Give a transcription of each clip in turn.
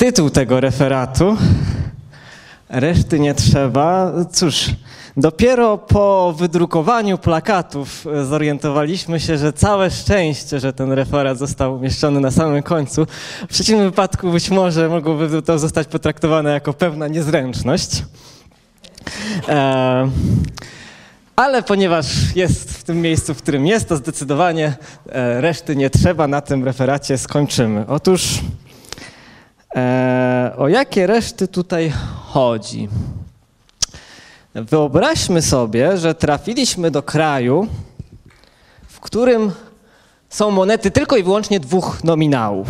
Tytuł tego referatu, reszty nie trzeba. Cóż, dopiero po wydrukowaniu plakatów zorientowaliśmy się, że całe szczęście, że ten referat został umieszczony na samym końcu. W przeciwnym wypadku być może mogłoby to zostać potraktowane jako pewna niezręczność. Ale ponieważ jest w tym miejscu, w którym jest, to zdecydowanie reszty nie trzeba, na tym referacie skończymy. Otóż o jakie reszty tutaj chodzi? Wyobraźmy sobie, że trafiliśmy do kraju, w którym są monety tylko i wyłącznie dwóch nominałów.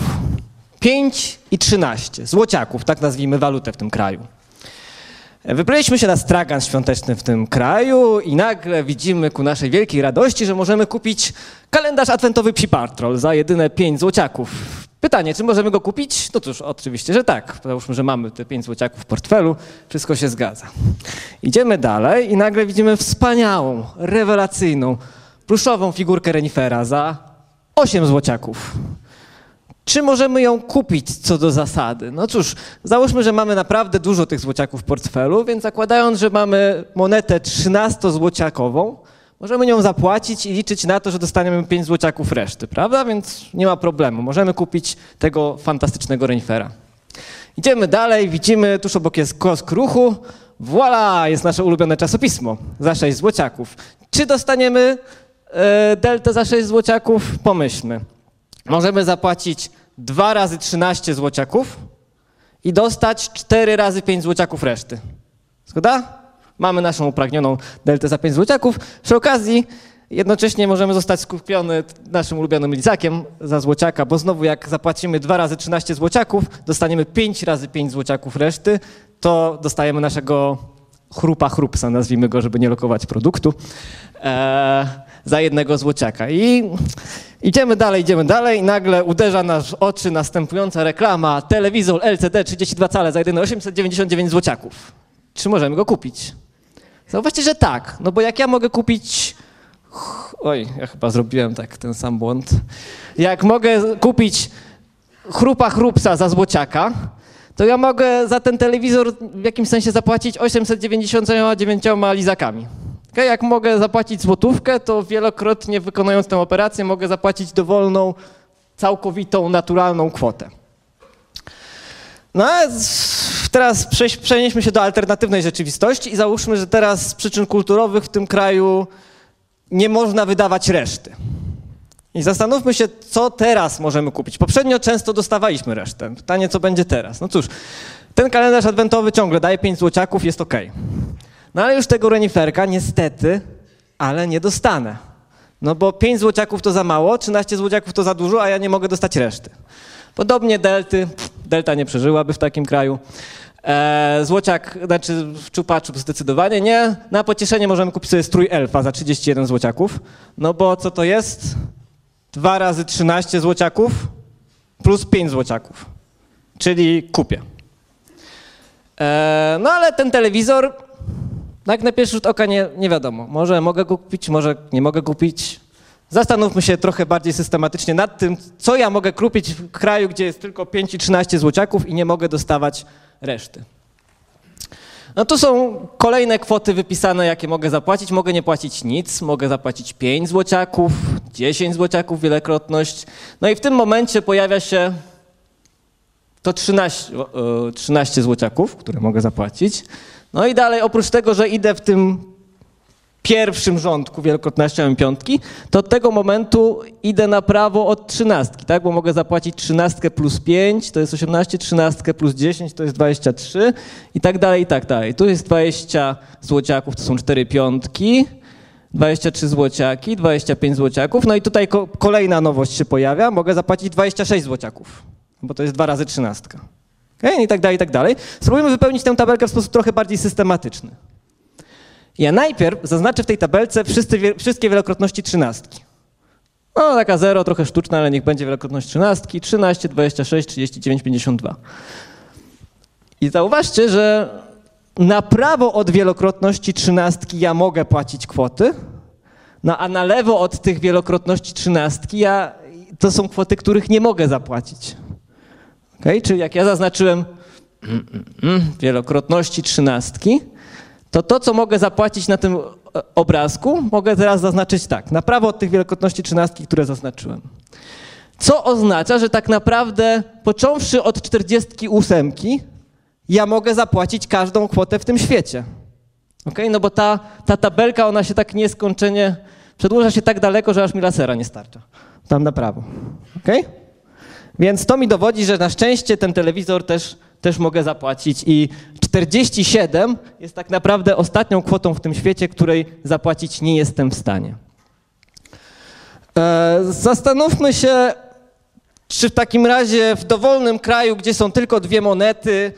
5 i 13, złociaków, tak nazwijmy walutę w tym kraju. Wybraliśmy się na stragan świąteczny w tym kraju i nagle widzimy ku naszej wielkiej radości, że możemy kupić kalendarz adwentowy Psi Patrol za jedyne 5 złociaków. Pytanie, czy możemy go kupić? No cóż, oczywiście, że tak. Załóżmy, że mamy te 5 złociaków w portfelu, wszystko się zgadza. Idziemy dalej i nagle widzimy wspaniałą, rewelacyjną, pluszową figurkę renifera za 8 złociaków. Czy możemy ją kupić co do zasady? No cóż, załóżmy, że mamy naprawdę dużo tych złociaków w portfelu, więc zakładając, że mamy monetę 13-złociakową, możemy nią zapłacić i liczyć na to, że dostaniemy 5 złociaków reszty, prawda? Więc nie ma problemu, możemy kupić tego fantastycznego renifera. Idziemy dalej, widzimy, tuż obok jest kiosk ruchu, voilà, jest nasze ulubione czasopismo za 6 złociaków. Czy dostaniemy deltę za 6 złociaków? Pomyślmy. Możemy zapłacić 2 razy 13 złociaków i dostać 4 razy 5 złociaków reszty. Zgoda? Mamy naszą upragnioną deltę za 5 złociaków. Przy okazji jednocześnie możemy zostać skupiony naszym ulubionym lizakiem za złociaka, bo znowu jak zapłacimy 2 razy 13 złociaków, dostaniemy 5 razy 5 złociaków reszty, to dostajemy naszego chrupa chrupsa, nazwijmy go, żeby nie lokować produktu, za jednego złociaka. I idziemy dalej i nagle uderza nas w oczy następująca reklama. Telewizor LCD 32 cale za jedyne 899 złociaków. Czy możemy go kupić? Zauważcie, że tak, no bo jak ja mogę kupić... Oj, ja chyba zrobiłem ten sam błąd. Jak mogę kupić chrupa chrupsa za złociaka, to ja mogę za ten telewizor w jakimś sensie zapłacić 899 lizakami. Jak mogę zapłacić złotówkę, to wielokrotnie wykonując tę operację mogę zapłacić dowolną, całkowitą, naturalną kwotę. No a teraz przenieśmy się do alternatywnej rzeczywistości i załóżmy, że teraz z przyczyn kulturowych w tym kraju nie można wydawać reszty. I zastanówmy się, co teraz możemy kupić. Poprzednio często dostawaliśmy resztę. Pytanie, co będzie teraz? No cóż, ten kalendarz adwentowy ciągle daje 5 złociaków, jest ok. No ale już tego reniferka niestety, ale nie dostanę. No bo 5 złociaków to za mało, 13 złociaków to za dużo, a ja nie mogę dostać reszty. Podobnie delta nie przeżyłaby w takim kraju. Złociak, znaczy czupa-czup zdecydowanie nie. Na pocieszenie możemy kupić sobie strój elfa za 31 złociaków. No bo co to jest? 2 razy 13 złociaków plus 5 złociaków. Czyli kupię. No ale ten telewizor, tak na pierwszy rzut oka nie wiadomo. Może mogę go kupić, może nie mogę kupić. Zastanówmy się trochę bardziej systematycznie nad tym, co ja mogę kupić w kraju, gdzie jest tylko 5 i 13 złociaków i nie mogę dostawać reszty. No tu są kolejne kwoty wypisane, jakie mogę zapłacić. Mogę nie płacić nic, mogę zapłacić 5 złociaków, 10 złociaków, wielokrotność. No i w tym momencie pojawia się to 13 złociaków, które mogę zapłacić. No i dalej, oprócz tego, że idę w tym pierwszym rządku wielokrotnością piątki, to od tego momentu idę na prawo od 13, tak? Bo mogę zapłacić 13 plus 5, to jest 18, 13 plus 10 to jest 23 i tak dalej, i tak dalej. Tu jest 20 złociaków, to są 4 piątki, 23 złociaki, 25 złociaków, no i tutaj kolejna nowość się pojawia, mogę zapłacić 26 złociaków, bo to jest 2 razy 13. Okay? I tak dalej, i tak dalej. Spróbujmy wypełnić tę tabelkę w sposób trochę bardziej systematyczny. Ja najpierw zaznaczę w tej tabelce wszystkie wielokrotności 13. No taka 0, trochę sztuczna, ale niech będzie wielokrotność 13, 13, 26, 39, 52. I zauważcie, że na prawo od wielokrotności 13 ja mogę płacić kwoty, no a na lewo od tych wielokrotności 13 to są kwoty, których nie mogę zapłacić. Okay? Czyli jak ja zaznaczyłem wielokrotności 13, to, co mogę zapłacić na tym obrazku, mogę teraz zaznaczyć tak, na prawo od tych wielokrotności 13, które zaznaczyłem. Co oznacza, że tak naprawdę począwszy od 48, ja mogę zapłacić każdą kwotę w tym świecie. Okay? No bo ta tabelka, ona się tak nieskończenie, przedłuża się tak daleko, że aż mi lasera nie starcza. Tam na prawo. Okay? Więc to mi dowodzi, że na szczęście ten telewizor też mogę zapłacić i 47 jest tak naprawdę ostatnią kwotą w tym świecie, której zapłacić nie jestem w stanie. Zastanówmy się, czy w takim razie w dowolnym kraju, gdzie są tylko dwie monety,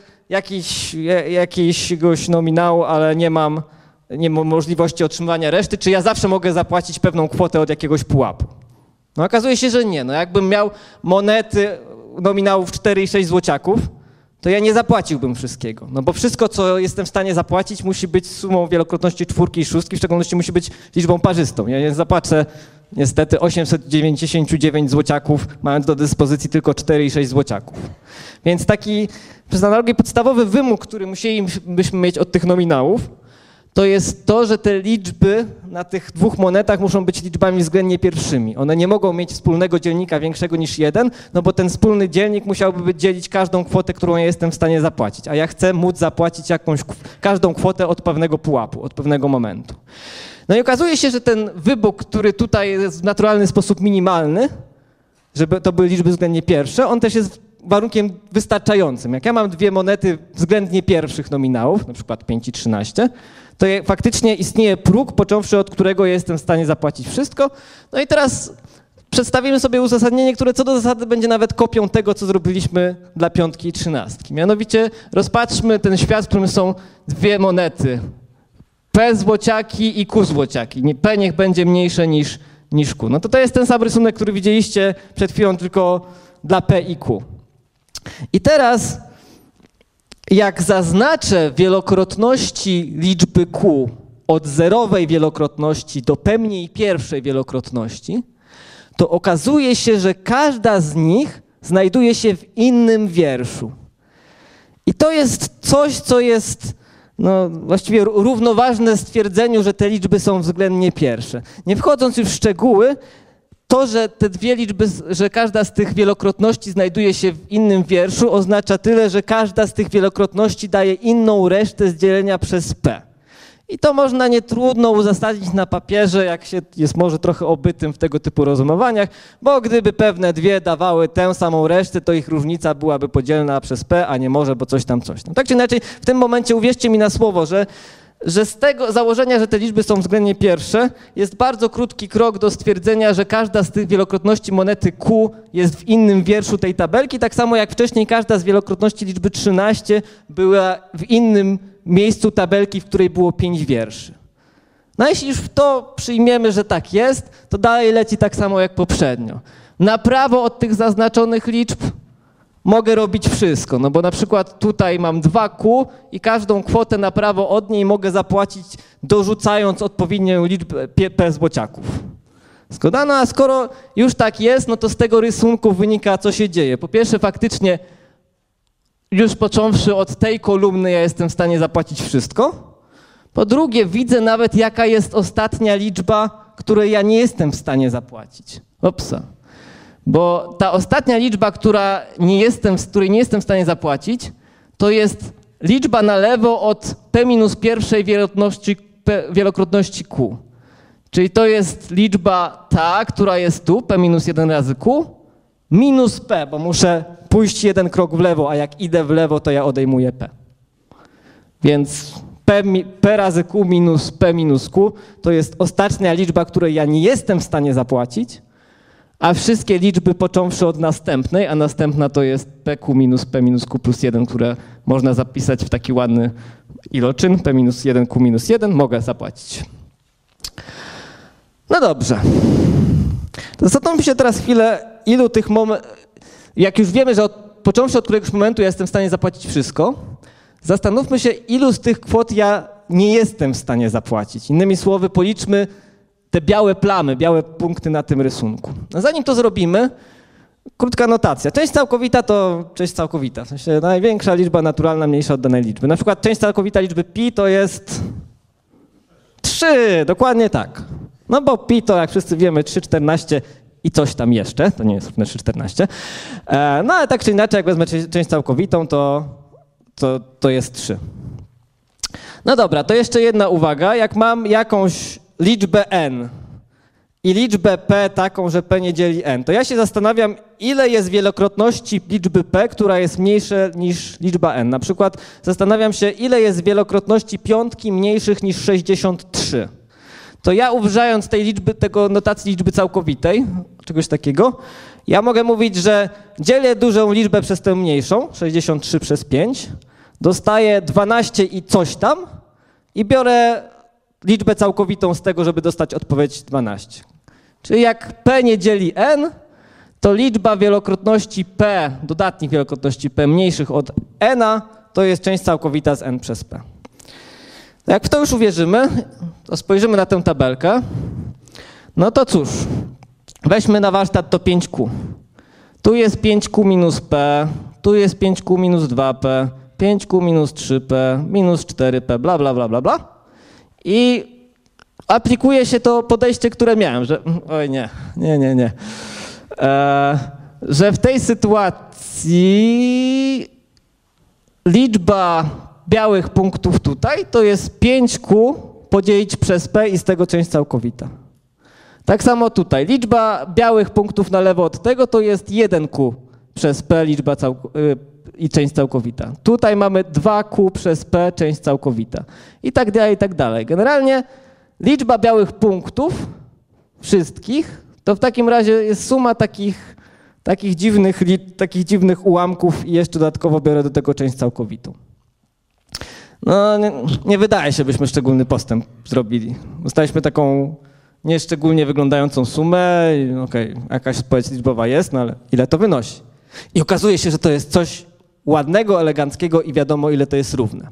jakiegoś nominału, ale nie mam możliwości otrzymywania reszty, czy ja zawsze mogę zapłacić pewną kwotę od jakiegoś pułapu? No okazuje się, że nie. No jakbym miał monety nominałów 4 i 6 złociaków, to ja nie zapłaciłbym wszystkiego. No bo wszystko, co jestem w stanie zapłacić, musi być sumą wielokrotności 4 i 6, w szczególności musi być liczbą parzystą. Ja nie zapłacę niestety 899 złociaków, mając do dyspozycji tylko 4 i 6 złociaków. Więc taki, przez analogię, podstawowy wymóg, który musielibyśmy mieć od tych nominałów, to jest to, że te liczby na tych dwóch monetach muszą być liczbami względnie pierwszymi. One nie mogą mieć wspólnego dzielnika większego niż 1, no bo ten wspólny dzielnik musiałby dzielić każdą kwotę, którą ja jestem w stanie zapłacić, a ja chcę móc zapłacić każdą kwotę od pewnego pułapu, od pewnego momentu. No i okazuje się, że ten wybóg, który tutaj jest w naturalny sposób minimalny, żeby to były liczby względnie pierwsze, on też jest warunkiem wystarczającym. Jak ja mam dwie monety względnie pierwszych nominałów, na przykład 5 i 13, to faktycznie istnieje próg, począwszy od którego jestem w stanie zapłacić wszystko. No i teraz przedstawimy sobie uzasadnienie, które co do zasady będzie nawet kopią tego, co zrobiliśmy dla 5 i 13. Mianowicie rozpatrzmy ten świat, w którym są dwie monety. P złociaki i Q złociaki. P niech będzie mniejsze niż Q. No to jest ten sam rysunek, który widzieliście przed chwilą, tylko dla P i Q. I teraz jak zaznaczę wielokrotności liczby Q od zerowej wielokrotności do P mniej pierwszej wielokrotności, to okazuje się, że każda z nich znajduje się w innym wierszu. I to jest coś, co jest właściwie równoważne stwierdzeniu, że te liczby są względnie pierwsze. Nie wchodząc już w szczegóły, to, że te dwie liczby, że każda z tych wielokrotności znajduje się w innym wierszu, oznacza tyle, że każda z tych wielokrotności daje inną resztę z dzielenia przez P. I to można nietrudno uzasadnić na papierze, jak się jest może trochę obytym w tego typu rozumowaniach, bo gdyby pewne dwie dawały tę samą resztę, to ich różnica byłaby podzielna przez P, a nie może, bo coś tam. Tak czy inaczej, w tym momencie uwierzcie mi na słowo, że z tego założenia, że te liczby są względnie pierwsze, jest bardzo krótki krok do stwierdzenia, że każda z tych wielokrotności monety Q jest w innym wierszu tej tabelki, tak samo jak wcześniej każda z wielokrotności liczby 13 była w innym miejscu tabelki, w której było 5 wierszy. No jeśli już w to przyjmiemy, że tak jest, to dalej leci tak samo jak poprzednio. Na prawo od tych zaznaczonych liczb mogę robić wszystko, no bo na przykład tutaj mam 2Q i każdą kwotę na prawo od niej mogę zapłacić, dorzucając odpowiednią liczbę P złociaków. Zgoda? No a skoro już tak jest, no to z tego rysunku wynika, co się dzieje. Po pierwsze, faktycznie już począwszy od tej kolumny ja jestem w stanie zapłacić wszystko. Po drugie, widzę nawet, jaka jest ostatnia liczba, której ja nie jestem w stanie zapłacić. Bo ta ostatnia liczba, której nie jestem w stanie zapłacić, to jest liczba na lewo od P minus pierwszej wielokrotności Q. Czyli to jest liczba ta, która jest tu, P minus 1 razy Q, minus P, bo muszę pójść jeden krok w lewo, a jak idę w lewo, to ja odejmuję P. Więc P razy Q minus P minus Q to jest ostatnia liczba, której ja nie jestem w stanie zapłacić, a wszystkie liczby począwszy od następnej, a następna to jest PQ minus P minus Q plus 1, które można zapisać w taki ładny iloczyn, P minus 1, Q minus 1, mogę zapłacić. No dobrze. To zastanówmy się teraz chwilę, ilu tych momentów, jak już wiemy, że począwszy od któregoś momentu ja jestem w stanie zapłacić wszystko, zastanówmy się, ilu z tych kwot ja nie jestem w stanie zapłacić. Innymi słowy, policzmy te białe plamy, białe punkty na tym rysunku. No zanim to zrobimy, Krótka notacja. Część całkowita to część całkowita. W sensie największa liczba naturalna mniejsza od danej liczby. Na przykład część całkowita liczby pi to jest 3, dokładnie tak. No bo pi to, jak wszyscy wiemy, 3,14 i coś tam jeszcze. To nie jest równe 3,14. No ale tak czy inaczej, jak wezmę część całkowitą, to jest 3. No dobra, to jeszcze jedna uwaga. Jak mam jakąś liczbę n i liczbę p taką, że p nie dzieli n, to ja się zastanawiam, ile jest wielokrotności liczby p, która jest mniejsza niż liczba n. Na przykład zastanawiam się, ile jest wielokrotności piątki mniejszych niż 63. To ja używając tego notacji liczby całkowitej, czegoś takiego, ja mogę mówić, że dzielę dużą liczbę przez tę mniejszą, 63 przez 5, dostaję 12 i coś tam i biorę liczbę całkowitą z tego, żeby dostać odpowiedź 12. Czyli jak p nie dzieli n, to liczba wielokrotności p, dodatnich wielokrotności p mniejszych od n, to jest część całkowita z n przez p. Jak w to już uwierzymy, to spojrzymy na tę tabelkę. No to cóż, weźmy na warsztat to 5q. Tu jest 5q minus p, tu jest 5q minus 2p, 5q minus 3p, minus 4p, bla, bla, bla, bla, bla. I aplikuje się to podejście, które miałem, że oj nie, że w tej sytuacji liczba białych punktów tutaj to jest 5q podzielić przez p i z tego część całkowita. Tak samo tutaj. Liczba białych punktów na lewo od tego to jest 1q przez p i część całkowita. Tutaj mamy 2q przez p część całkowita. I tak dalej, i tak dalej. Generalnie liczba białych punktów wszystkich to w takim razie jest suma takich dziwnych ułamków i jeszcze dodatkowo biorę do tego część całkowitą. No nie wydaje się, byśmy szczególny postęp zrobili. Dostaliśmy taką nieszczególnie wyglądającą sumę. Okej, jakaś odpowiedź liczbowa jest, no ale ile to wynosi? I okazuje się, że to jest coś ładnego, eleganckiego i wiadomo, ile to jest równe.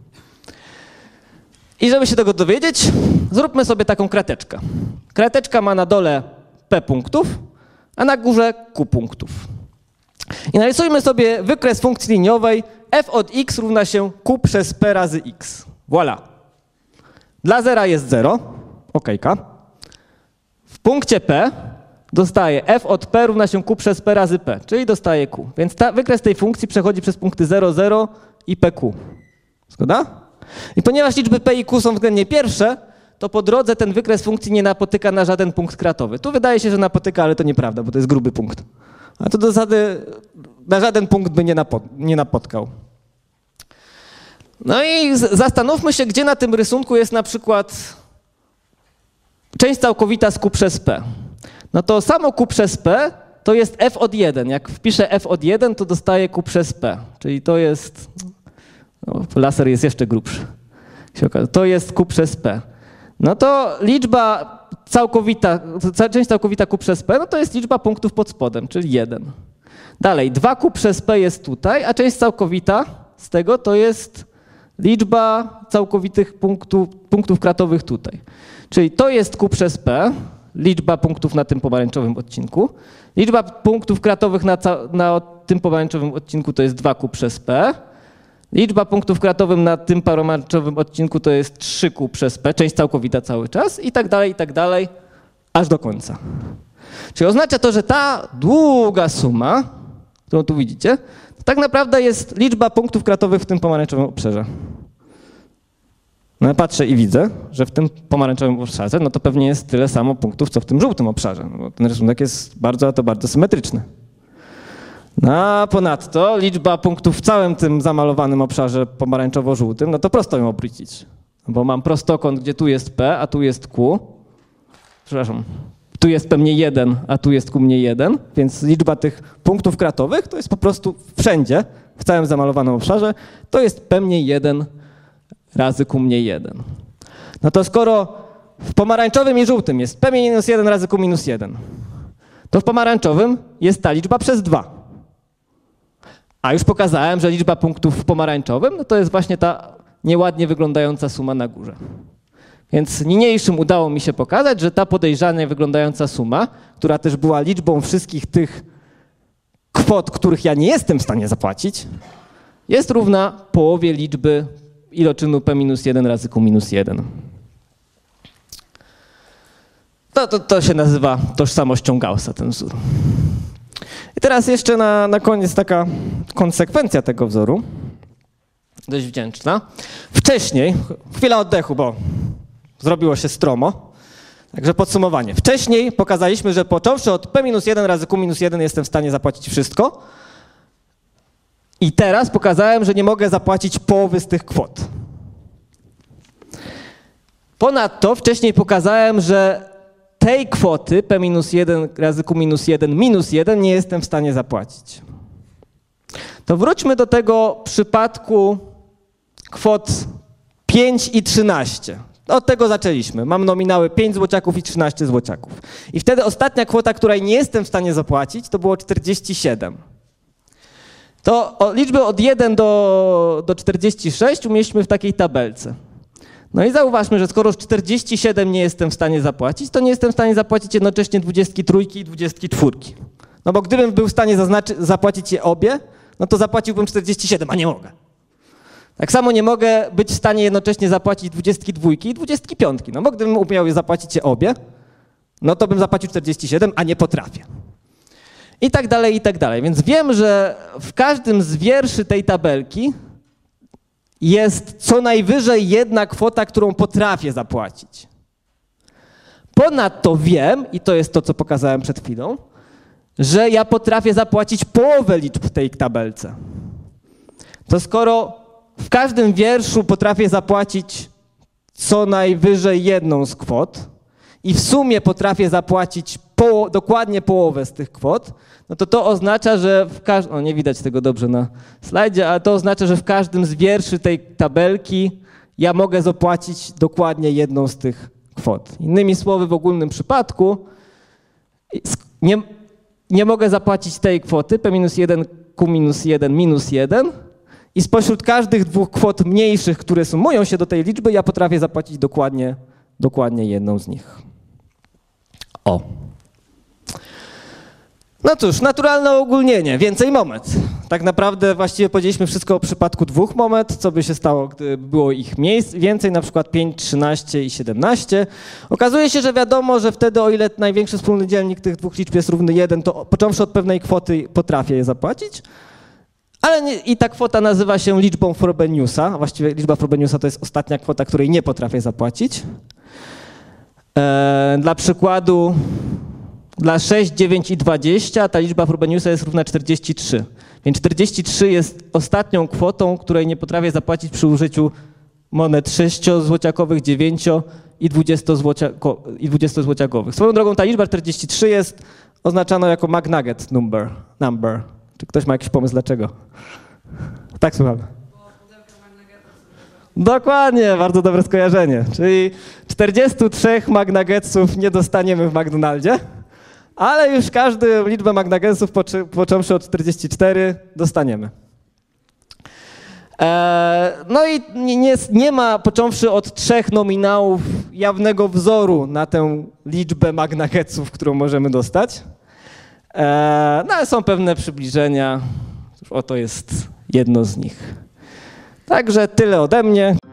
I żeby się tego dowiedzieć, zróbmy sobie taką krateczkę. Krateczka ma na dole p punktów, a na górze q punktów. I narysujmy sobie wykres funkcji liniowej f od x równa się q przez p razy x. Voilà. Dla zera jest 0, okejka. W punkcie p dostaję f od p równa się q przez p razy p, czyli dostaję q. Więc wykres tej funkcji przechodzi przez punkty 0, 0 i pq. Zgoda? I ponieważ liczby p i q są względnie pierwsze, to po drodze ten wykres funkcji nie napotyka na żaden punkt kratowy. Tu wydaje się, że napotyka, ale to nieprawda, bo to jest gruby punkt. A to do zasady na żaden punkt by nie napotkał. No i zastanówmy się, gdzie na tym rysunku jest na przykład część całkowita z q przez p. No to samo q przez p to jest f od 1. Jak wpiszę f od 1, to dostaję q przez p. Czyli to jest... No, laser jest jeszcze grubszy. To jest q przez p. No to liczba całkowita, część całkowita q przez p, no to jest liczba punktów pod spodem, czyli 1. Dalej, 2q przez p jest tutaj, a część całkowita z tego to jest liczba całkowitych punktów kratowych tutaj. Czyli to jest q przez p, liczba punktów na tym pomarańczowym odcinku. Liczba punktów kratowych na tym pomarańczowym odcinku to jest 2q przez p. Liczba punktów kratowych na tym pomarańczowym odcinku to jest 3q przez p, część całkowita cały czas i tak dalej, aż do końca. Czyli oznacza to, że ta długa suma, którą tu widzicie, tak naprawdę jest liczba punktów kratowych w tym pomarańczowym obszarze. No ja patrzę i widzę, że w tym pomarańczowym obszarze, no to pewnie jest tyle samo punktów, co w tym żółtym obszarze, no bo ten rysunek jest bardzo symetryczny. No a ponadto liczba punktów w całym tym zamalowanym obszarze pomarańczowo-żółtym, no to prosto ją obliczyć. Bo mam prostokąt, gdzie tu jest p, a tu jest q. Przepraszam, tu jest p mniej 1, a tu jest q mniej 1, więc liczba tych punktów kratowych to jest po prostu wszędzie, w całym zamalowanym obszarze, to jest p mniej 1 razy q mniej 1. No to skoro w pomarańczowym i żółtym jest p minus 1 razy q minus 1, to w pomarańczowym jest ta liczba przez 2. A już pokazałem, że liczba punktów w pomarańczowym no to jest właśnie ta nieładnie wyglądająca suma na górze. Więc niniejszym udało mi się pokazać, że ta podejrzanie wyglądająca suma, która też była liczbą wszystkich tych kwot, których ja nie jestem w stanie zapłacić, jest równa połowie liczby iloczynu P-1 razy Q-1. To się nazywa tożsamością Gaussa, ten wzór. I teraz jeszcze na koniec taka konsekwencja tego wzoru, dość wdzięczna. Wcześniej, chwila oddechu, bo zrobiło się stromo, także podsumowanie. Wcześniej pokazaliśmy, że począwszy od P-1 razy Q-1 jestem w stanie zapłacić wszystko. I teraz pokazałem, że nie mogę zapłacić połowy z tych kwot. Ponadto wcześniej pokazałem, że tej kwoty P-1 razy Q-1 minus 1 nie jestem w stanie zapłacić. To wróćmy do tego przypadku kwot 5 i 13. Od tego zaczęliśmy. Mam nominały 5 złociaków i 13 złociaków. I wtedy ostatnia kwota, której nie jestem w stanie zapłacić, to było 47. To liczby od 1 do 46 umieśćmy w takiej tabelce. No i zauważmy, że skoro 47 nie jestem w stanie zapłacić, to nie jestem w stanie zapłacić jednocześnie 23 i 24. No bo gdybym był w stanie zapłacić je obie, no to zapłaciłbym 47, a nie mogę. Tak samo nie mogę być w stanie jednocześnie zapłacić 22 i 25. No bo gdybym umiał zapłacić je obie, no to bym zapłacił 47, a nie potrafię. I tak dalej, i tak dalej. Więc wiem, że w każdym z wierszy tej tabelki jest co najwyżej jedna kwota, którą potrafię zapłacić. Ponadto wiem, i to jest to, co pokazałem przed chwilą, że ja potrafię zapłacić połowę liczb w tej tabelce. To skoro w każdym wierszu potrafię zapłacić co najwyżej jedną z kwot i w sumie potrafię zapłacić dokładnie połowę z tych kwot, no to oznacza, że nie widać tego dobrze na slajdzie, ale to oznacza, że w każdym z wierszy tej tabelki ja mogę zapłacić dokładnie jedną z tych kwot. Innymi słowy, w ogólnym przypadku nie mogę zapłacić tej kwoty P-1, Q-1, minus 1 i spośród każdych dwóch kwot mniejszych, które sumują się do tej liczby, ja potrafię zapłacić dokładnie jedną z nich. O. No cóż, naturalne uogólnienie, więcej moment. Tak naprawdę właściwie powiedzieliśmy wszystko o przypadku dwóch moment, co by się stało, gdyby było ich więcej, na przykład 5, 13 i 17. Okazuje się, że wiadomo, że wtedy, o ile największy wspólny dzielnik tych dwóch liczb jest równy 1, to począwszy od pewnej kwoty potrafię je zapłacić. Ale i ta kwota nazywa się liczbą Frobeniusa, a właściwie liczba Frobeniusa to jest ostatnia kwota, której nie potrafię zapłacić. Dla przykładu, dla 6, 9 i 20 ta liczba Frobeniusa jest równa 43. Więc 43 jest ostatnią kwotą, której nie potrafię zapłacić przy użyciu monet 6-złociakowych, 9 i 20-złociakowych. Swoją drogą ta liczba 43 jest oznaczana jako McNugget number. Czy ktoś ma jakiś pomysł dlaczego? Tak, słucham. Dokładnie, bardzo dobre skojarzenie. Czyli 43 McNuggetsów nie dostaniemy w McDonaldzie, ale już każdą liczbę McNuggetsów począwszy od 44 dostaniemy. No i nie ma, począwszy od 3 nominałów, jawnego wzoru na tę liczbę McNuggetsów, którą możemy dostać. No ale są pewne przybliżenia. Oto jest jedno z nich. Także tyle ode mnie.